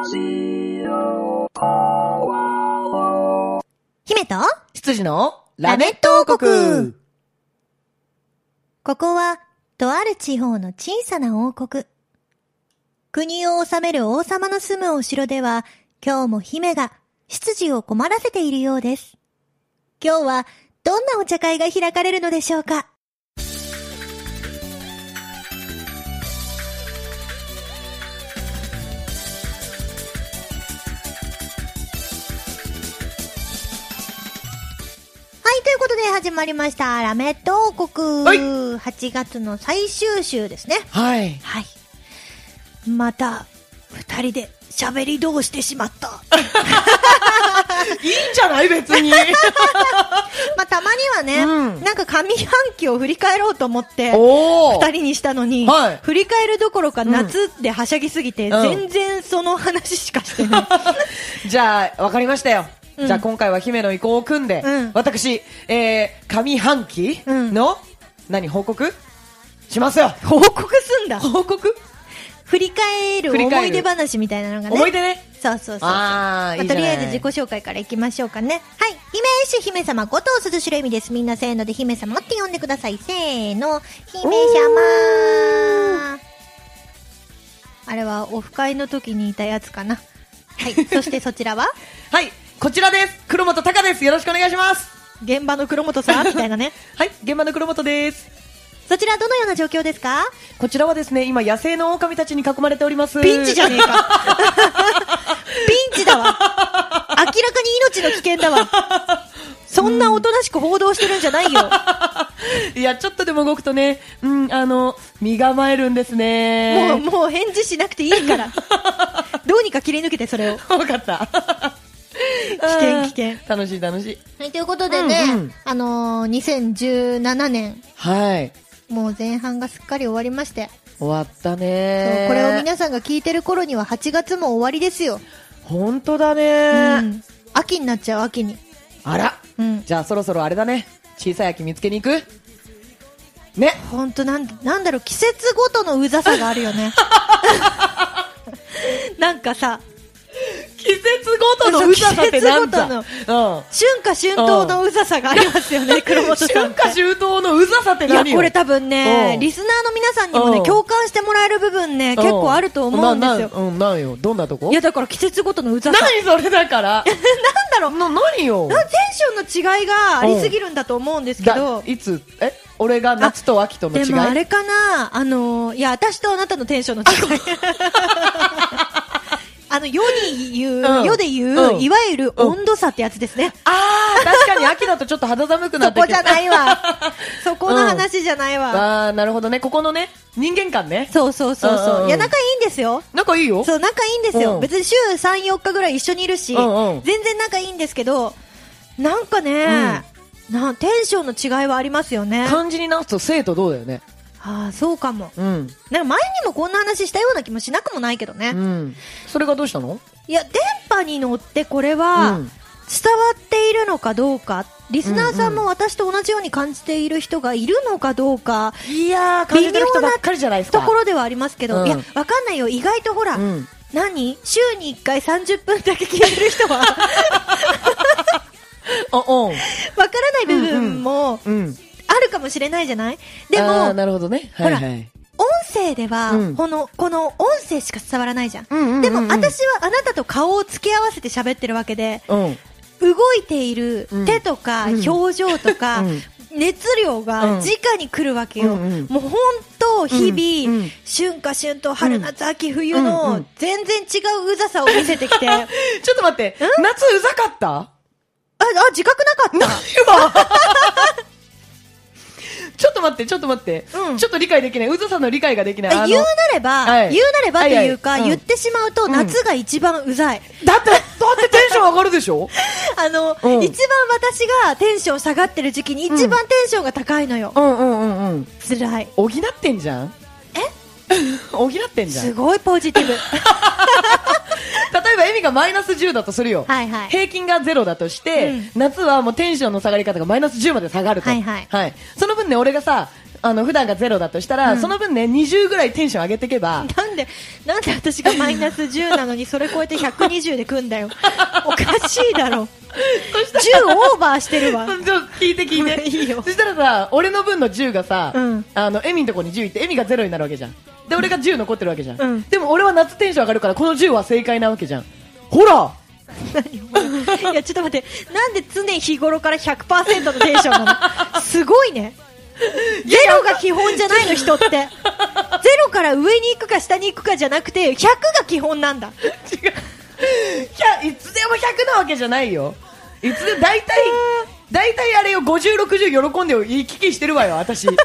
姫と羊のラメット王国。 ここは、とある地方の小さな王国。国を治める王様の住むお城では、今日も姫が執事を困らせているようです。今日は、どんなお茶会が開かれるのでしょうか。ということで始まりましたラメット王国、はい、8月の最終週ですね。 はい、 はい、また2人で喋り通してしまったいいんじゃない別にまあたまにはね、なんか上半期を振り返ろうと思って2人にしたのに、はい、振り返るどころか夏ではしゃぎすぎて、全然その話しかしてない、 じゃあわかりましたよ。じゃあ今回は姫の意向を組んで、私、上半期の、報告しますよ。 報告すんだ。 報告振り返る思い出話みたいなのがね。 思い出ね。 そうそうそう。とりあえず自己紹介からいきましょうかね。はい。姫主姫様こと鈴代恵美です。みんなせーので姫様って呼んでください。せーの。姫様。あれはオフ会の時にいたやつかな。はい。そしてそちらははい。こちらです。黒本隆です。よろしくお願いします。 現場の黒本さんみたいなね。 はい、現場の黒本です。 そちらどのような状況ですか？ こちらはですね、今野生の狼たちに囲まれております。 ピンチじゃねえか。ピンチだわ。明らかに命の危険だわ。そんなおとなしく報道してるんじゃないよ。 いや、ちょっとでも動くとね、身構えるんですね。 もう返事しなくていいから。どうにか切り抜けてそれを。 わかった。 危険。 楽しい。はい、 ということでね、2017年。 はい。 もう前半がすっかり終わりまして。 終わったね。 これを皆さんが聞いてる頃には8月も終わりですよ。 本当だね、 秋になっちゃう、秋に。 あら、じゃあそろそろあれだね。小さい秋見つけに行くね。 本当なんだろう、季節ごとのうざさがあるよね。なんかさ、 季節ごとのうざさってなんだ。 春夏秋冬のうざさがありますよね、黒本さん。 春夏秋冬のうざさって何よ。 いや、これ多分ね、リスナーの皆さんにもね、共感してもらえる部分ね、結構あると思うんですよ。 なんよ、どんなとこ？ いや、だから季節ごとのうざさ。 何それだから。なんだろう。 何よ。 テンションの違いがありすぎるんだと思うんですけど。 いつ、俺が夏と秋との違い？ でもあれかな、いや、私とあなたのテンションの違い。世で言う、いわゆる温度差ってやつですね。 確かに秋だとちょっと肌寒くなってきて。 そこじゃないわ。そこの話じゃないわ。 なるほどね。ここのね、人間観ね。 そう。いや、仲いいんですよ。 仲いいよ。 そう、仲いいんですよ。別に週3、4日ぐらい一緒にいるし、全然仲いいんですけど、なんかね、テンションの違いはありますよね。 漢字に直すと生と同だよね。 そうかも。なんか前にもこんな話したような気もしなくもないけどね。 それがどうしたの？ いや、電波に乗ってこれは、伝わっているのかどうか、リスナーさんも私と同じように感じている人がいるのかどうか、 いやー、感じてる人ばっかりじゃないですか。 ところではありますけど、いや、わかんないよ。意外とほら、週に1回30分だけ聞いてる人は、わからない部分も、あるかもしれないじゃない？でも、 なるほどね。 ほら、音声では、この音声しか伝わらないじゃん。でも、私はあなたと顔を付け合わせて喋ってるわけで、動いている手とか表情とか、熱量が直に来るわけよ。もう本当、日々、春夏秋冬、春夏秋冬の全然違ううざさを見せてきて。ちょっと待って、夏うざかった？ 自覚なかった。 ちょっと待って。ちょっと理解できない。うざさの理解ができない。 言うなればというか、言ってしまうと夏が一番うざい。 だってテンション上がるでしょ？ 一番私がテンション下がってる時期に一番テンションが高いのよ。辛い。 補ってんじゃん？補ってんじゃん。 すごいポジティブ。 例えばエミがマイナス10だとするよ。平均が0だとして、夏はもうテンションの下がり方がマイナス10まで下がると。その分ね、俺がさ、 普段が0だとしたら、その分ね、20ぐらいテンション上げていけば。 なんで私がマイナス10なのに、それ超えて120で組んだよ。おかしいだろ。10オーバーしてるわ。 聞いて聞いて。いいよ。そしたらさ、俺の分の10がさ、エミのとこに10いって、エミが0になるわけじゃん。で、俺が10残ってるわけじゃん。でも俺は夏テンション上がるから、この10は正解なわけじゃん。ほらいや、ちょっと待って、なんで常日頃から 100% のテンションなの？すごいね。ゼロが基本じゃないの、人って。ゼロから上に行くか下に行くかじゃなくて、100が基本なんだ。 違う。いつでも100なわけじゃないよ。いつで大体あれよ、50、60喜んで行き来してるわよ、私。でも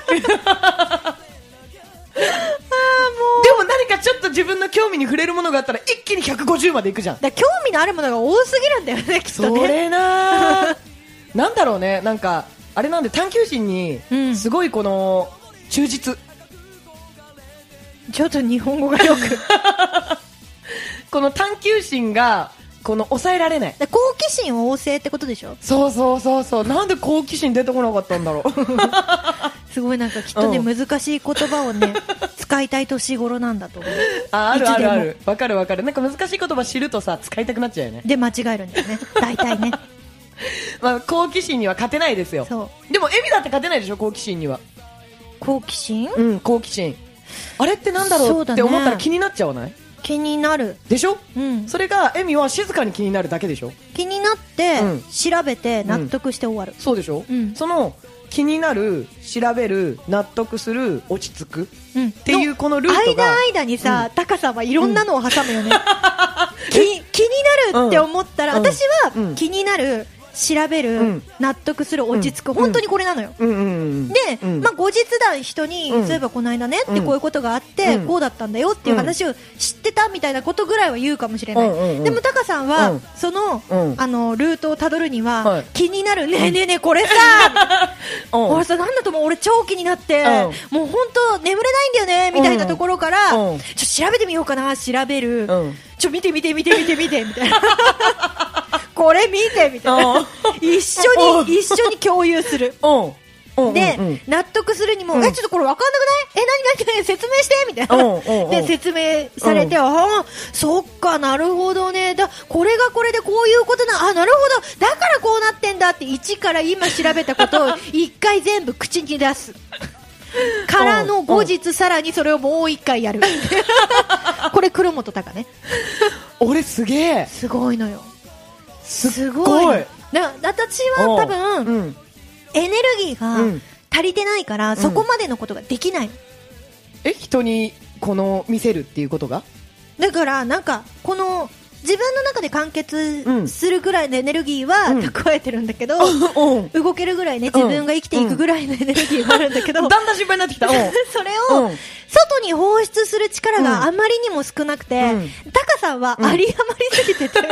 何かちょっと自分の興味に触れるものがあったら一気に150までいくじゃん。 だ興味のあるものが多すぎるんだよね、きっとね。 それななんだろうね、なんかあれなんで探求心にすごいこの忠実、 ちょっと日本語がよくこの探求心がこの抑えられない。 好奇心旺盛ってことでしょ。 そうなんで好奇心出てこなかったんだろうすごいなんかきっとね、難しい言葉をね使いたい年頃なんだと思う。 あるわかるなんか難しい言葉知るとさ使いたくなっちゃうよね。 で間違えるんだよね大体ねまあ好奇心には勝てないですよ。でもエミだって勝てないでしょ、好奇心には。 好奇心？ 好奇心。あれってなんだろうって思ったら気になっちゃわない？ 気になるでしょ、それがエミは静かに気になるだけでしょ。 気になって、調べて納得して終わる、 そうでしょ、その気になる、調べる、納得する、落ち着く、っていうこのルートが間にさ、タカさんはいろんなのを挟むよね、気になるって思ったら、私は気になる、調べる、納得する、落ち着く、本当にこれなのよ。で、後日談人に、そういえばこの間ねってこういうことがあって、こうだったんだよっていう話を知ってたみたいなことぐらいは言うかもしれない。でもタカさんは、その、ルートをたどるには、気になる、ねえねえねえこれさ俺さ、なんだと思う、俺超気になって、もう本当眠れないんだよねみたいなところから、調べてみようかな、調べる、見てみたいなこれ見てみたいな一緒に共有する。で、納得するにも、ちょっとこれ分かんなくない？何説明してみたいな。で、説明されて、そっか、なるほどね。これがこれでこういうことな、なるほど。だからこうなってんだって、一から今調べたことを一回全部口に出す。からの後日さらにそれをもう一回やる。これ黒本隆ね。 俺すげえ。 すごいのよ。 すごい。 私は多分、エネルギーが足りてないから、そこまでのことができないの。 人にこの見せるっていうことが？ だからなんかこの自分の中で完結するぐらいのエネルギーは蓄えてるんだけど、動けるぐらいね、自分が生きていくぐらいのエネルギーがあるんだけど、 だんだん心配になってきた。それを外に放出する力があまりにも少なくて、タカさんはあり余りすぎてて。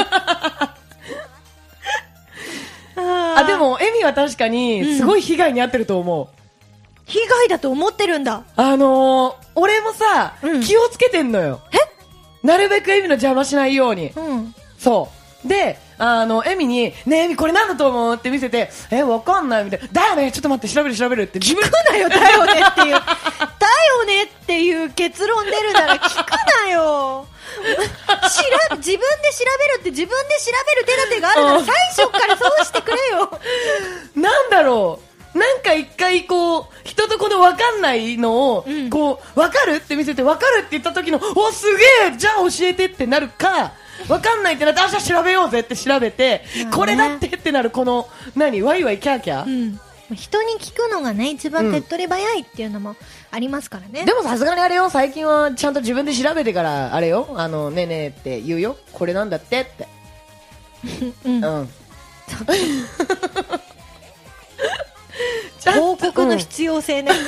でもエミは確かにすごい被害に遭ってると思う。 被害だと思ってるんだ。 俺もさ、気をつけてんのよ。なるべくエミの邪魔しないように。そうで、エミにねえエミこれなんだと思うって見せて、わかんないみたいな。だよね、ちょっと待って調べるって聞くなよ。だよねっていうだよねっていう結論出るなら聞くなよ。自分で調べるって自分で調べる手立てがあるなら最初からそうしてくれよ。 なんだろう、なんか一回こう人とこの分かんないのを、こう分かるって見せて分かるって言った時のおすげえじゃあ教えてってなるか、分かんないってなってじゃあ調べようぜって調べて、これだってってなるこのワイワイキャーキャー、 人に聞くのがね一番手っ取り早いっていうのもありますからね。 でもさすがにあれよ、最近はちゃんと自分で調べてからあれよ、ねえねえって言うよ、これなんだってって報告の必要性ね。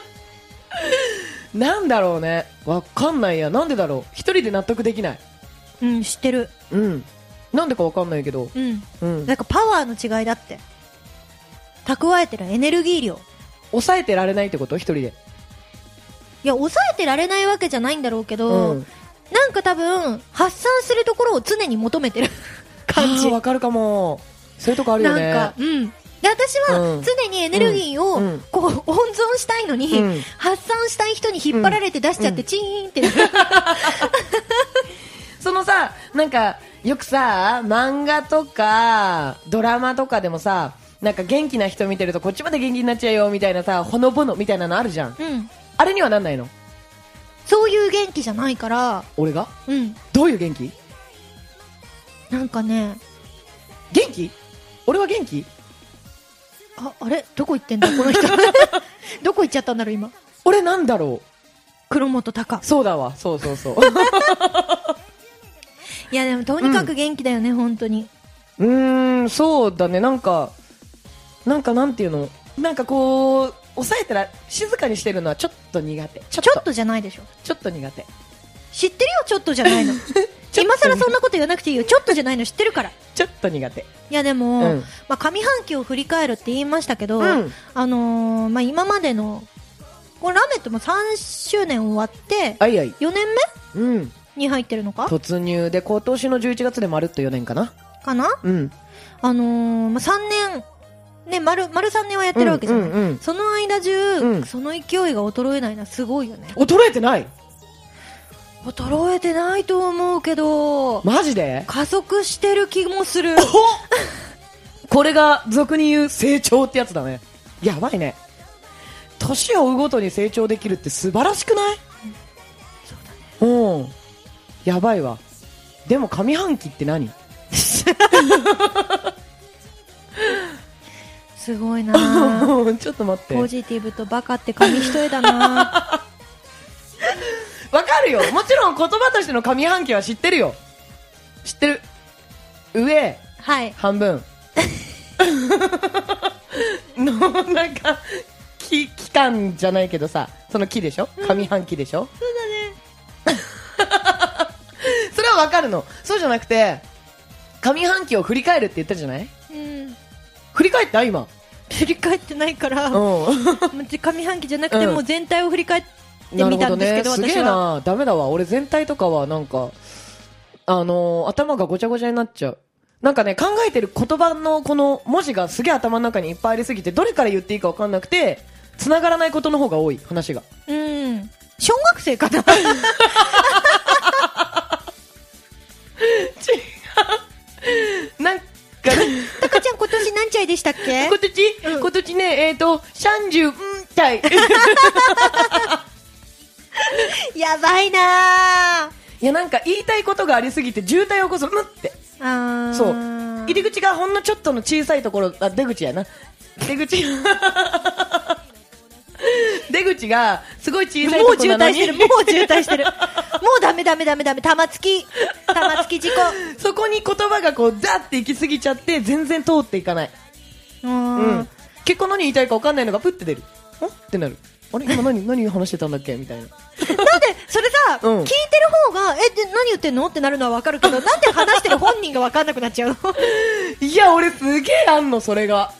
なんだろうね、わかんないや、なんでだろう、一人で納得できない。 知ってる。 なんでかわかんないけど、 なんかパワーの違いだって。蓄えてるエネルギー量抑えてられないってこと？一人で。 いや、抑えてられないわけじゃないんだろうけど、なんか多分発散するところを常に求めてる感じ。 わかるかも。そういうとこあるよね。 なんか、 で、私は常にエネルギーをこう温存したいのに、発散したい人に引っ張られて出しちゃってチーンってなる。 そのさ、なんかよくさ、漫画とかドラマとかでもさ、なんか元気な人見てるとこっちまで元気になっちゃうよみたいなさ、ほのぼのみたいなのあるじゃん。あれにはなんないの？ そういう元気じゃないから。 俺が？どういう元気？ なんかね、 元気？俺は元気？ あれどこ行ってんだこの人。どこ行っちゃったんだろう今。 俺なんだろう。 黒本隆。 そうだわ。そうそうそう。 いやでもとにかく元気だよね、本当に。 そうだね。なんかなんていうの、なんかこう抑えたら静かにしてるのはちょっと苦手。 ちょっとじゃないでしょ。 ちょっと苦手。 知ってるよ、ちょっとじゃないの。今更そんなこと言わなくていいよ。ちょっとじゃないの知ってるから。 ちょっと苦手。 いやでも、まあ、上半期を振り返るって言いましたけど、まあ、今までのこれラメットも3周年終わって4年目、に入ってるのか、 突入で今年の11月でまるっと4年かなまあ、3年ね、丸3年はやってるわけじゃない、その間中、その勢いが衰えないのはすごいよね。 衰えてない？ 衰えてないと思うけど、 マジで加速してる気もする。 これが俗に言う成長ってやつだね。やばいね。年を追うごとに成長できるって素晴らしくない？そうだね。やばいわ。でも上半期って何？ すごいなぁ。 ちょっと待って。 ポジティブとバカって紙一重だなぁ。 わかるよ。もちろん言葉としての上半期は知ってるよ。知ってる。上、半分のなんか期間じゃないけどさ、その期でしょ、上半期でしょ、 そうだね。 それはわかるの。そうじゃなくて上半期を振り返るって言ったじゃない？振り返った？今振り返ってないから、上半期じゃなくてもう全体を振り返ってみたんですけど、 すげえな。ダメだわ。俺全体とかはなんか頭がごちゃごちゃになっちゃう。なんかね、考えてる言葉のこの文字がすげえ頭の中にいっぱいありすぎて、どれから言っていいか分かんなくて繋がらないことの方が多い、話が。 小学生かな。違う。 なんかタカちゃん今年何歳でしたっけ？ 今年ね、30歳。 やばいなぁ。 いや、なんか言いたいことがありすぎて渋滞を起こすって。そう。入り口がほんのちょっとの小さいところ、出口やな。出口がすごい小さいところなのに。 もう渋滞してる。もうダメ。玉突き事故。 そこに言葉がこう、ザって行き過ぎちゃって、全然通っていかない。結構何言いたいか分かんないのがプッて出る。ってなる。あれ今何話してたんだっけみたいな。なんでそれさ、聞いてる方がで何言ってんのってなるのは分かるけど、なんで話してる本人が分かんなくなっちゃうの？ いや、俺すげえあんの、それが。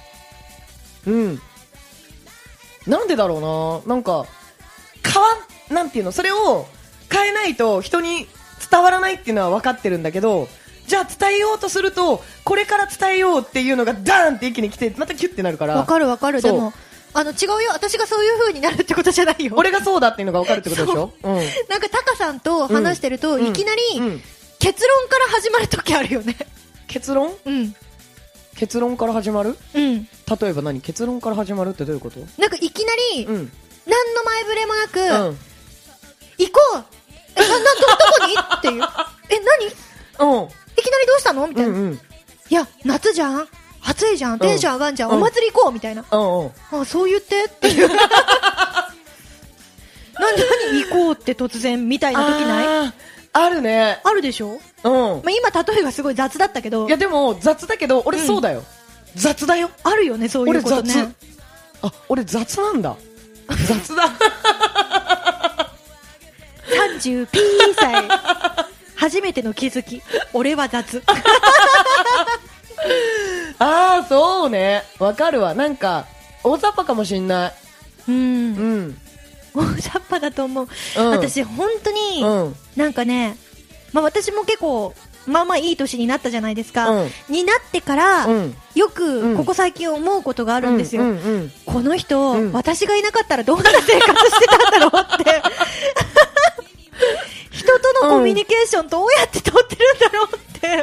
なんでだろうな。なんかなんていうの、それを変えないと人に伝わらないっていうのは分かってるんだけど、じゃあ伝えようとするとこれから伝えようっていうのがダーンって一気に来てまたキュッてなるから。 分かる。でも違うよ、私がそういう風になるってことじゃないよ。 俺がそうだっていうのが分かるってことでしょ。 なんかタカさんと話してると、いきなり結論から始まる時あるよね。 結論？結論から始まる？例えば何？結論から始まるってどういうこと？なんかいきなり、何の前触れもなく、行こう、どこにっていう、何？いきなりどうしたのみたいな。いや、夏じゃん、暑いじゃん、テンション上がんじゃん、お祭り行こうみたいな。そう言ってっていう。何行こうって突然みたいな時ない？ あるね。 あるでしょ。今例えがすごい雑だったけど。 いやでも雑だけど俺そうだよ。雑だよ。 あるよね、そういうことね。 俺雑なんだ。雑だ。 30歳初めての気づき、俺は雑。 そうね、わかるわ。なんか大雑把かもしんない。 大雑把だと思う。私本当に、なんかね、私も結構まあまあいい年になったじゃないですか。になってから、よくここ最近思うことがあるんですよ。この人、私がいなかったらどんな生活してたんだろうって。人とのコミュニケーションどうやって取ってるんだろうって、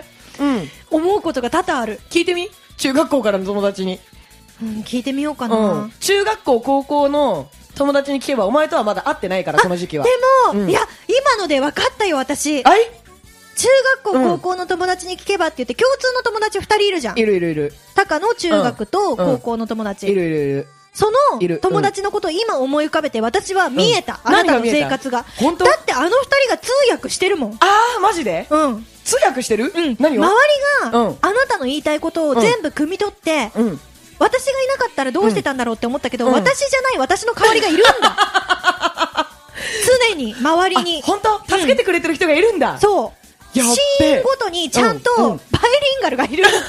思うことが多々ある。 聞いてみ？中学校からの友達に。 聞いてみようかな。 中学校、高校の友達に聞けば、お前とはまだ会ってないから、その時期は。 でも、いや、今ので分かったよ、私。中学校、高校の友達に聞けばって言って、共通の友達2人いるじゃん。 いる。 タカの中学と高校の友達。 いる。 その友達のことを今思い浮かべて、私は見えた。あなたの生活が。 本当？ だってあの2人が通訳してるもん。 マジで？通訳してる？何を？ 周りが、あなたの言いたいことを全部汲み取って、私がいなかったらどうしてたんだろうって思ったけど、私じゃない私の代わりがいるんだ。常に周りに。 本当？助けてくれてる人がいるんだ。 そう。シーンごとにちゃんとバイリンガルがいる。通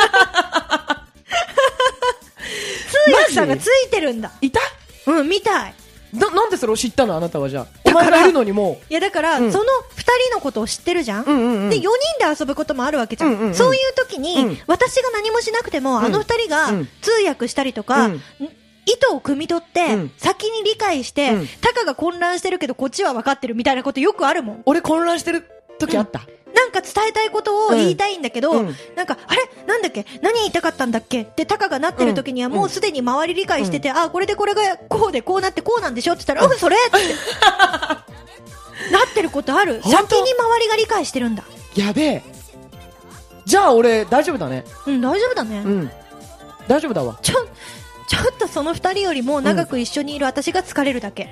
訳さんがついてるんだ。 いた？ みたい。 なんでそれを知ったのあなたは？じゃあお前がいるのにもいやだから、その2人のことを知ってるじゃん、で4人で遊ぶこともあるわけじゃん、そういう時に、私が何もしなくても、あの2人が通訳したりとか、意図を汲み取って、先に理解して、タカが混乱してるけどこっちは分かってるみたいなことよくあるもん。 俺混乱してる時あった、 なんか伝えたいことを言いたいんだけど、なんかあれなんだっけ何言いたかったんだっけってタカがなってる時にはもうすでに周り理解してて、これでこれがこうでこうなってこうなんでしょって言ったら、それってなってることある。先に周りが理解してるんだ。 やべえ。じゃあ俺大丈夫だね。 大丈夫だね。 大丈夫だわ。 ちょっとその2人よりも長く一緒にいる私が疲れるだけ。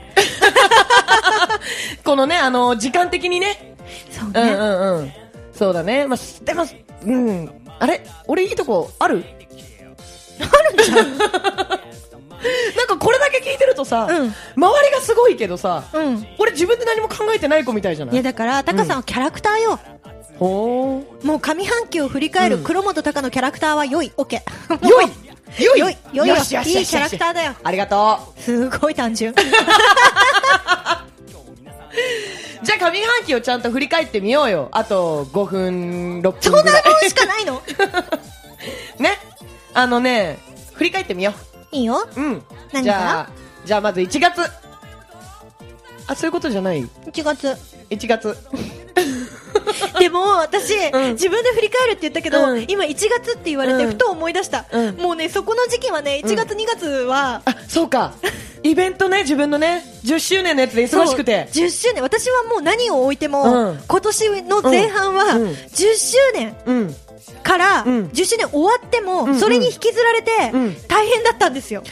このね時間的にね。 そうね。 そうだね。でもあれ俺いいとこある？ あるんじゃん。 なんかこれだけ聞いてるとさ、周りがすごいけどさ、俺自分で何も考えてない子みたいじゃない？ いやだからタカさんはキャラクターよ。もう上半期を振り返る黒本タカのキャラクターは良い。オッケー。良い。いいキャラクターだよ。 ありがとう。すごい単純。 じゃあ上半期をちゃんと振り返ってみようよ。あと5分6分ぐらい。 そんな分しかないの？ ね、振り返ってみよう。いいよ。何か？ じゃあまず1月。そういうことじゃない？ 1月。でも私、自分で振り返るって言ったけど、今1月って言われてふと思い出した、もうねそこの時期はね1月2月は、 そうかイベントね、自分のね10周年のやつで忙しくて。 10周年、私はもう何を置いても、今年の前半は10周年から、10周年終わっても、それに引きずられて大変だったんですよ。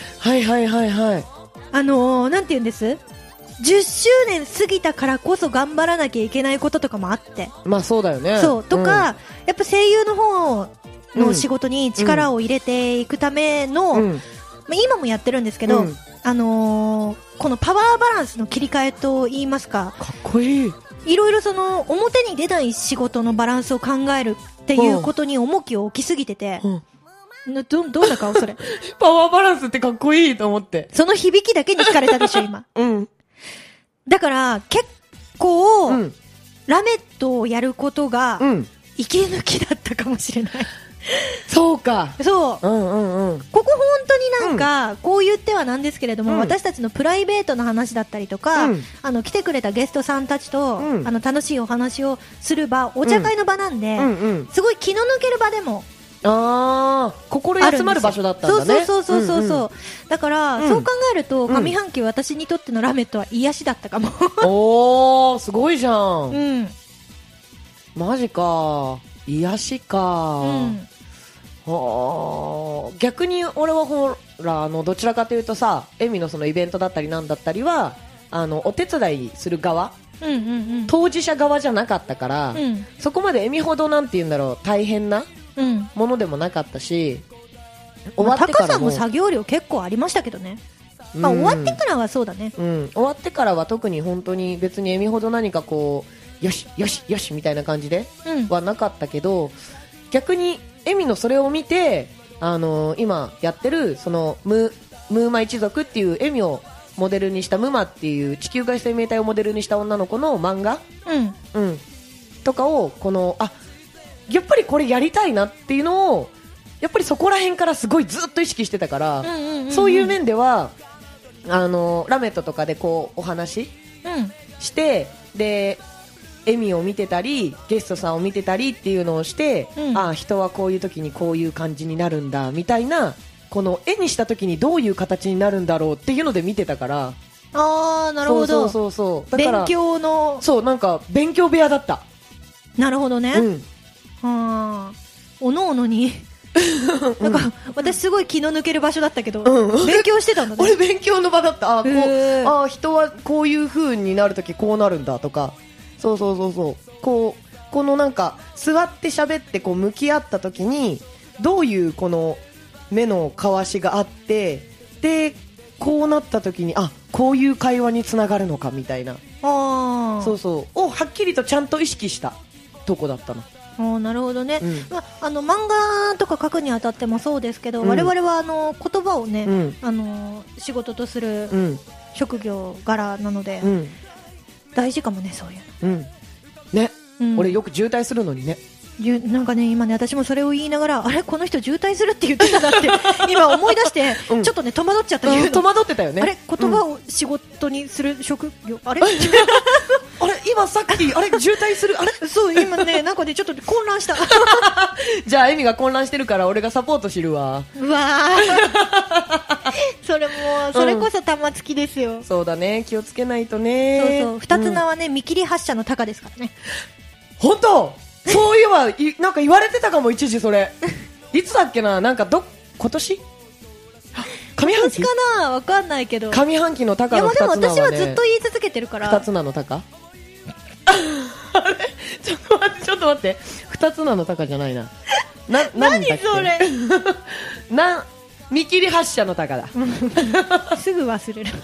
なんて言うんです、10周年過ぎたからこそ頑張らなきゃいけないこととかもあって。 そうだよね。 とか、やっぱ声優の方の仕事に力を入れていくための、今もやってるんですけど、このパワーバランスの切り替えと言いますか、 かっこいい。 いろいろその表に出ない仕事のバランスを考えるっていうことに重きを置きすぎてて、どんな顔それ。 パワーバランスってかっこいいと思って。 その響きだけに惹かれたでしょ今。だから結構、ラメットをやることが息抜きだったかもしれない。 そうか。 そう。ここ本当になんか、こう言ってはなんですけれども、私たちのプライベートの話だったりとか、来てくれたゲストさんたちと、楽しいお話をする場、お茶会の場なんで、すごい気の抜ける場でも。 心休まる場所だったんだね。 そう。だから、そう考えると、上半期私にとってのラメットは癒しだったかも。 おー、すごいじゃん。マジか。癒しか。逆に俺はほらどちらかというとさ、エミのそのイベントだったりなんだったりはお手伝いする側、当事者側じゃなかったから、そこまでエミほどなんて言うんだろう、大変なものでもなかったし、 終わってからも、タカさんも作業量結構ありましたけどね。終わってからはそうだね。 終わってからは特に本当に別にエミほど何かこうよしよしよしみたいな感じではなかったけど、逆にエミのそれを見て今やってるそのムーマ一族っていうエミをモデルにしたムマっていう地球外生命体をモデルにした女の子の漫画、とかをやっぱりこれやりたいなっていうのをやっぱりそこら辺からすごいずっと意識してたから、そういう面ではラメットとかでこうお話して、でエミを見てたりゲストさんを見てたりっていうのをして、人はこういう時にこういう感じになるんだみたいな、この絵にした時にどういう形になるんだろうっていうので見てたから。 あー、なるほど。 そうだから勉強の、 そう、なんか勉強部屋だった。 なるほどね。おのおのになんか私すごい気の抜ける場所だったけど、勉強してたんだね。 俺勉強の場だった。人はこういう風になるときこうなるんだとか、そうこのなんか座って喋ってこう向き合ったときにどういうこの目の交わしがあって、でこうなったときにこういう会話につながるのかみたいな、をはっきりとちゃんと意識したとこだったの。 なるほどね。漫画とか書くにあたってもそうですけど、我々は言葉をね、仕事とする職業柄なので、大事かもね、そういうの。 ね、俺よく渋滞するのにね。 なんかね、今ね、私もそれを言いながら、あれこの人渋滞するって言ってたなって今思い出して、ちょっとね戸惑っちゃった。 戸惑ってたよね。 あれ、言葉を仕事にする職業、あれあれ、今さっき渋滞する、あれ、 そう今ね、なんかねちょっと混乱したじゃあエミが混乱してるから俺がサポート知るわ。 うわそれこそ玉突きですよ。 そうだね、気をつけないとね。 そう二つ名はね、見切り発車の鷹ですからね。 本当、そういえばなんか言われてたかも、一時それいつだっけな、なんか今年上半期かな、わかんないけど、 上半期の鷹の2つ名はね。 でも私はずっと言い続けてるから。 2つ名の鷹あれ、ちょっと待って、2つ名の鷹じゃないな。 何それ見切り発車の鷹だすぐ忘れる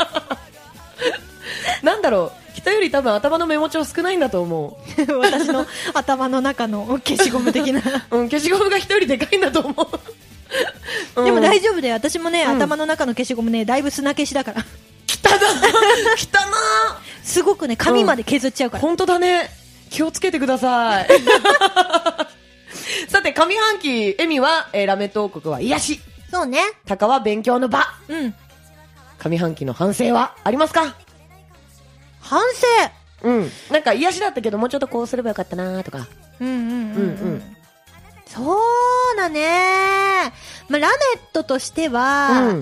なんだろう、人より多分頭のメモ帳少ないんだと思う私の頭の中の消しゴム的な消しゴムが人よりでかいんだと思うでも大丈夫だよ、私もね、頭の中の消しゴムね、だいぶ砂消しだから汚なすごくね、紙まで削っちゃうから、 本当だね、気をつけてくださいさて、上半期エミは、ラメット王国は癒し、 そうね、 タカは勉強の場。上半期の反省はありますか？ 反省、 なんか癒しだったけどもうちょっとこうすればよかったなとか。 そうだね、ラメットとしては、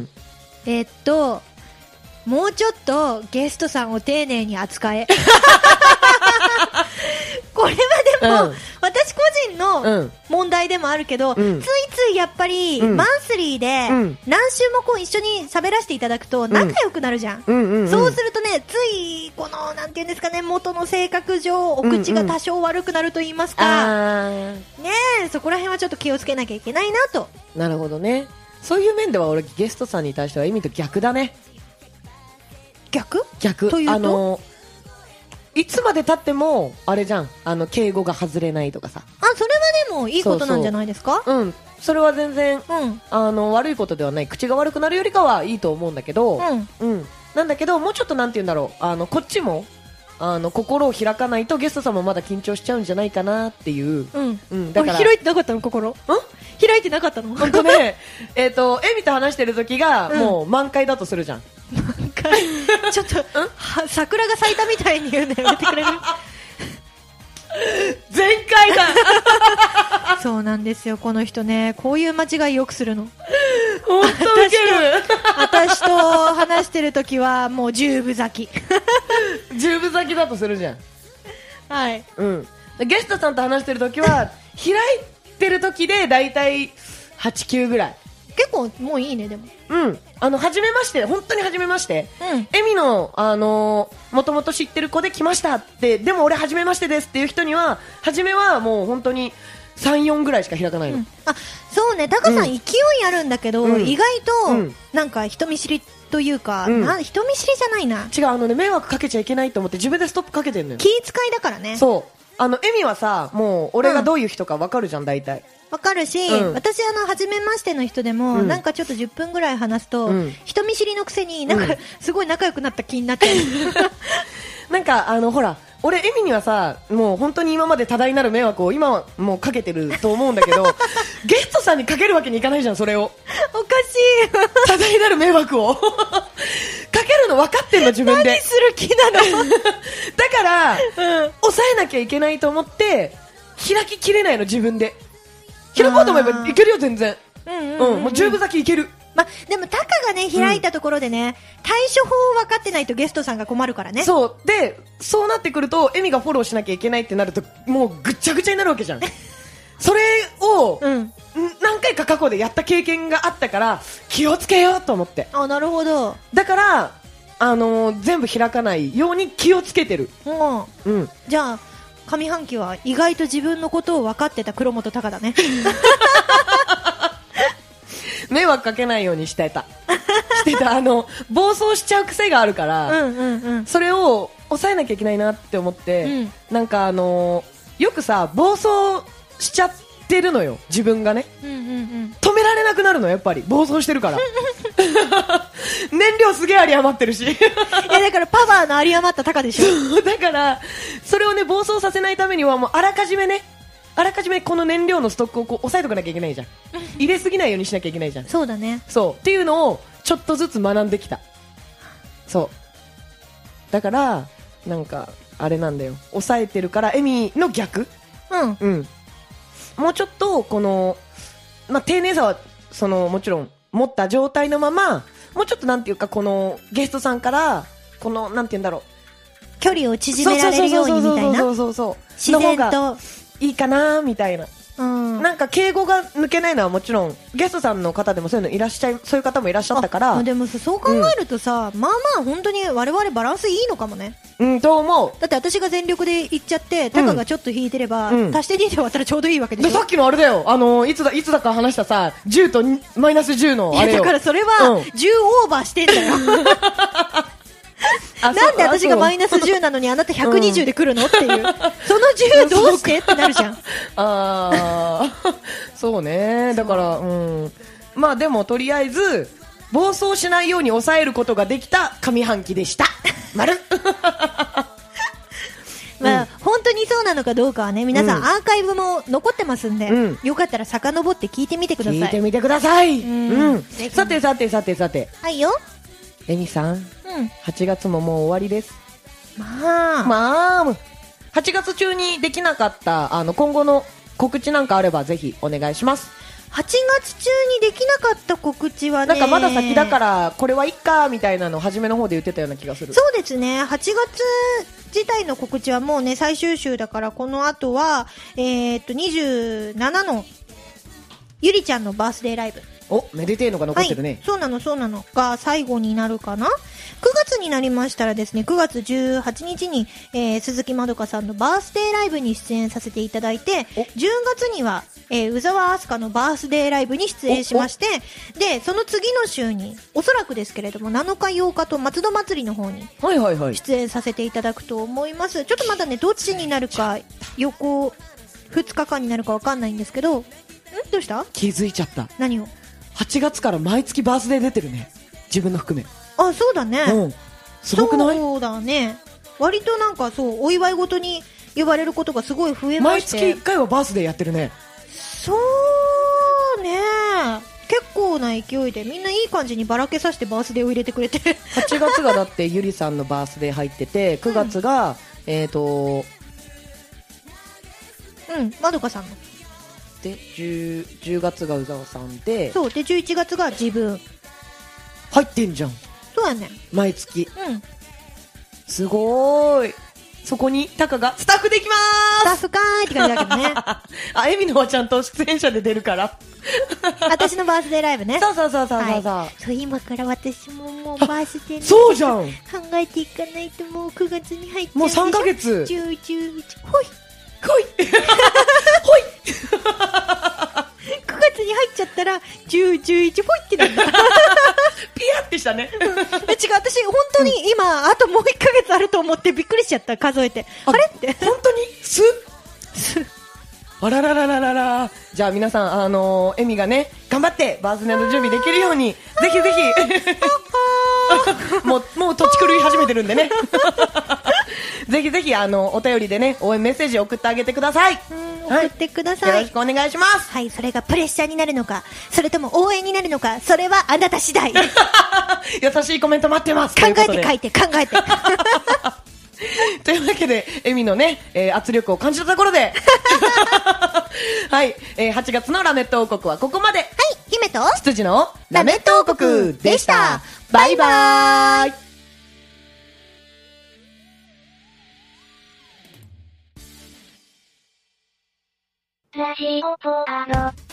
もうちょっとゲストさんを丁寧に扱えこれはでも、私個人の問題でもあるけど、ついついやっぱり、マンスリーで何週もこう一緒に喋らせていただくと仲良くなるじゃん。そうするとね、ついこのなんていうんですかね、元の性格上お口が多少悪くなると言いますか、ねえ、そこら辺はちょっと気をつけなきゃいけないなと。 なるほどね。そういう面では俺ゲストさんに対しては意味と逆だね。逆というと、 いつまで経ってもあれじゃん、敬語が外れないとかさ。 それはでもいいことなんじゃないですか。 それは全然、悪いことではない。口が悪くなるよりかはいいと思うんだけど、なんだけど、もうちょっとなんて言うんだろう、こっちも心を開かないとゲストさんもまだ緊張しちゃうんじゃないかなっていう。 だから開いてなかったの、心開いてなかったの。 本当ね、エミと話してる時がもう満開だとするじゃん。 ちょっと桜が咲いたみたいに言うのやめてくれる全開だそうなんですよ、この人ね、こういう間違いよくするの。 本当ウケる私と話してる時はもう10分咲き 10分咲きだとするじゃん。 はい、 ゲストさんと話してる時は開いてる時でだいたい8、9ぐらい。 結構もういいね。でも初めまして、本当に初めまして、エミのもともと知ってる子で来ましたって、でも俺初めましてですっていう人には初めはもう本当に3、4ぐらいしか開かないの。 そうね、タカさん勢いあるんだけど、意外となんか人見知りというか、人見知りじゃないな、 違う、迷惑かけちゃいけないと思って自分でストップかけてんのよ。 気遣いだからね。 そう、エミはさ、もう俺がどういう人か分かるじゃん、大体わかるし、私初めましての人でも、なんかちょっと10分ぐらい話すと、人見知りのくせになんかすごい仲良くなった気になってなんかほら、 俺エミにはさ、もう本当に今まで多大なる迷惑を今はもうかけてると思うんだけどゲストさんにかけるわけにいかないじゃん、それを。 おかしい多大なる迷惑をかけるの分かってんの、自分で。 何する気なのだから、抑えなきゃいけないと思って開ききれないの、自分で。開こうと思えばいけるよ、全然。もう10分咲きいける。 でもタカがね開いたところでね、対処法を分かってないとゲストさんが困るからね。 そうで、そうなってくるとエミがフォローしなきゃいけないってなるともうぐっちゃぐちゃになるわけじゃんそれを、何回か過去でやった経験があったから気をつけようと思って。 あ、なるほど。 だから全部開かないように気をつけてる。 じゃあ上半期は意外と自分のことを分かってた黒本タカだね迷惑かけないようにしてた暴走しちゃう癖があるから、それを抑えなきゃいけないなって思って、なんかよくさ暴走しちゃってるのよ、自分がね。止められなくなるの、やっぱり暴走してるから燃料すげえ有り余ってるしいやだからパワーの有り余ったタカでしょだからそれをね暴走させないためにはもうあらかじめこの燃料のストックをこう抑えとかなきゃいけないじゃん入れすぎないようにしなきゃいけないじゃん。 そうだね。 そうっていうのをちょっとずつ学んできた。そうだからなんかあれなんだよ、抑えてるからエミの逆。もうちょっとこの、丁寧さはもちろん持った状態のまま、もうちょっとなんていうか、このゲストさんからこのなんていうんだろう、 距離を縮められるようにみたいな、自然といいかなみたいな。なんか敬語が抜けないのはもちろんゲストさんの方でもそういういう方もいらっしゃったから。 でもそう考えるとさ、まあ本当に我々バランスいいのかもね。 と思う。 だって私が全力でいっちゃってタカがちょっと引いてれば、足して2で終わったらちょうどいいわけでしょ。 さっきのあれだよ、いつだか話したさ、10とマイナス10のあれよ。 だからそれは10オーバーしてんだよなんで私がマイナス10なのにあなた120で来るのっていう、その10どうしてってなるじゃん。 そうね。だからでもとりあえず暴走しないように抑えることができた上半期でした丸本当にそうなのかどうかはね、皆さんアーカイブも残ってますんで、よかったら遡って聞いてみてください。 聞いてみてください。さてはいよ、 エミさん、8月ももう終わりです。8月中にできなかった今後の告知なんかあればぜひお願いします。 8月中にできなかった告知はね、 なんかまだ先だからこれはいっかみたいなのを初めの方で言ってたような気がする。 そうですね、8月自体の告知はもうね最終週だから、この後は27のゆりちゃんのバースデーライブ、 めでてえのが残ってるね。 そうなのが最後になるかな。9月になりましたらですね、9月18日に、鈴木まどかさんのバースデーライブに出演させていただいて、10月には、宇沢明日香のバースデーライブに出演しまして、でその次の週におそらくですけれども7日8日と松戸祭りの方に出演させていただくと思います。ちょっとまだねどっちになるか、横2日間になるかわかんないんですけど。どうした？ 気づいちゃった。 何を ？8月から毎月バースデー出てるね、自分の含め。 そうだね、 すごくない？ そうだね、割となんかお祝い事に呼ばれることがすごい増えまして、 毎月1回はバースデーやってるね。 そうね、結構な勢いでみんないい感じにばらけさせてバースデーを入れてくれて 8月がだってゆりさんのバースデー入ってて、9月がまどかさんので 10月が宇沢さんで、 そうで11月が自分入ってんじゃん。 そうやね、 毎月。すごーい。そこにタカがスタッフできまーす。 スタッフかーいって感じだけどねエミのはちゃんと出演者で出るから私のバースデーライブね。 そう、 今から私ももうバースデーのそうじゃん、 考えていかないと。もう9月に入っちゃう。 もう3ヶ月。 10、11、ほいほい9 月に入っちゃったら10、11ほいってなんだピヤってしたね違う、私本当に今、あともう1ヶ月あると思ってびっくりしちゃった、数えて。あれって本当にあらららららら。じゃあ皆さん、エミがね頑張ってバースデーの準備できるようにぜひぜひもう土地狂い始めてるんでねぜひぜひお便りでね、応援メッセージ送ってあげてください。 送ってください。 よろしくお願いします。 はい、それがプレッシャーになるのか、それとも応援になるのか、それはあなた次第。 優しいコメント待ってます。 考えて書いて、考えて。 というわけで、エミのね、圧力を感じたところで、はい、8月のラメット王国はここまで。はい、 姫と羊のラメット王国でした。バイバーイ。 ラジオポアロ。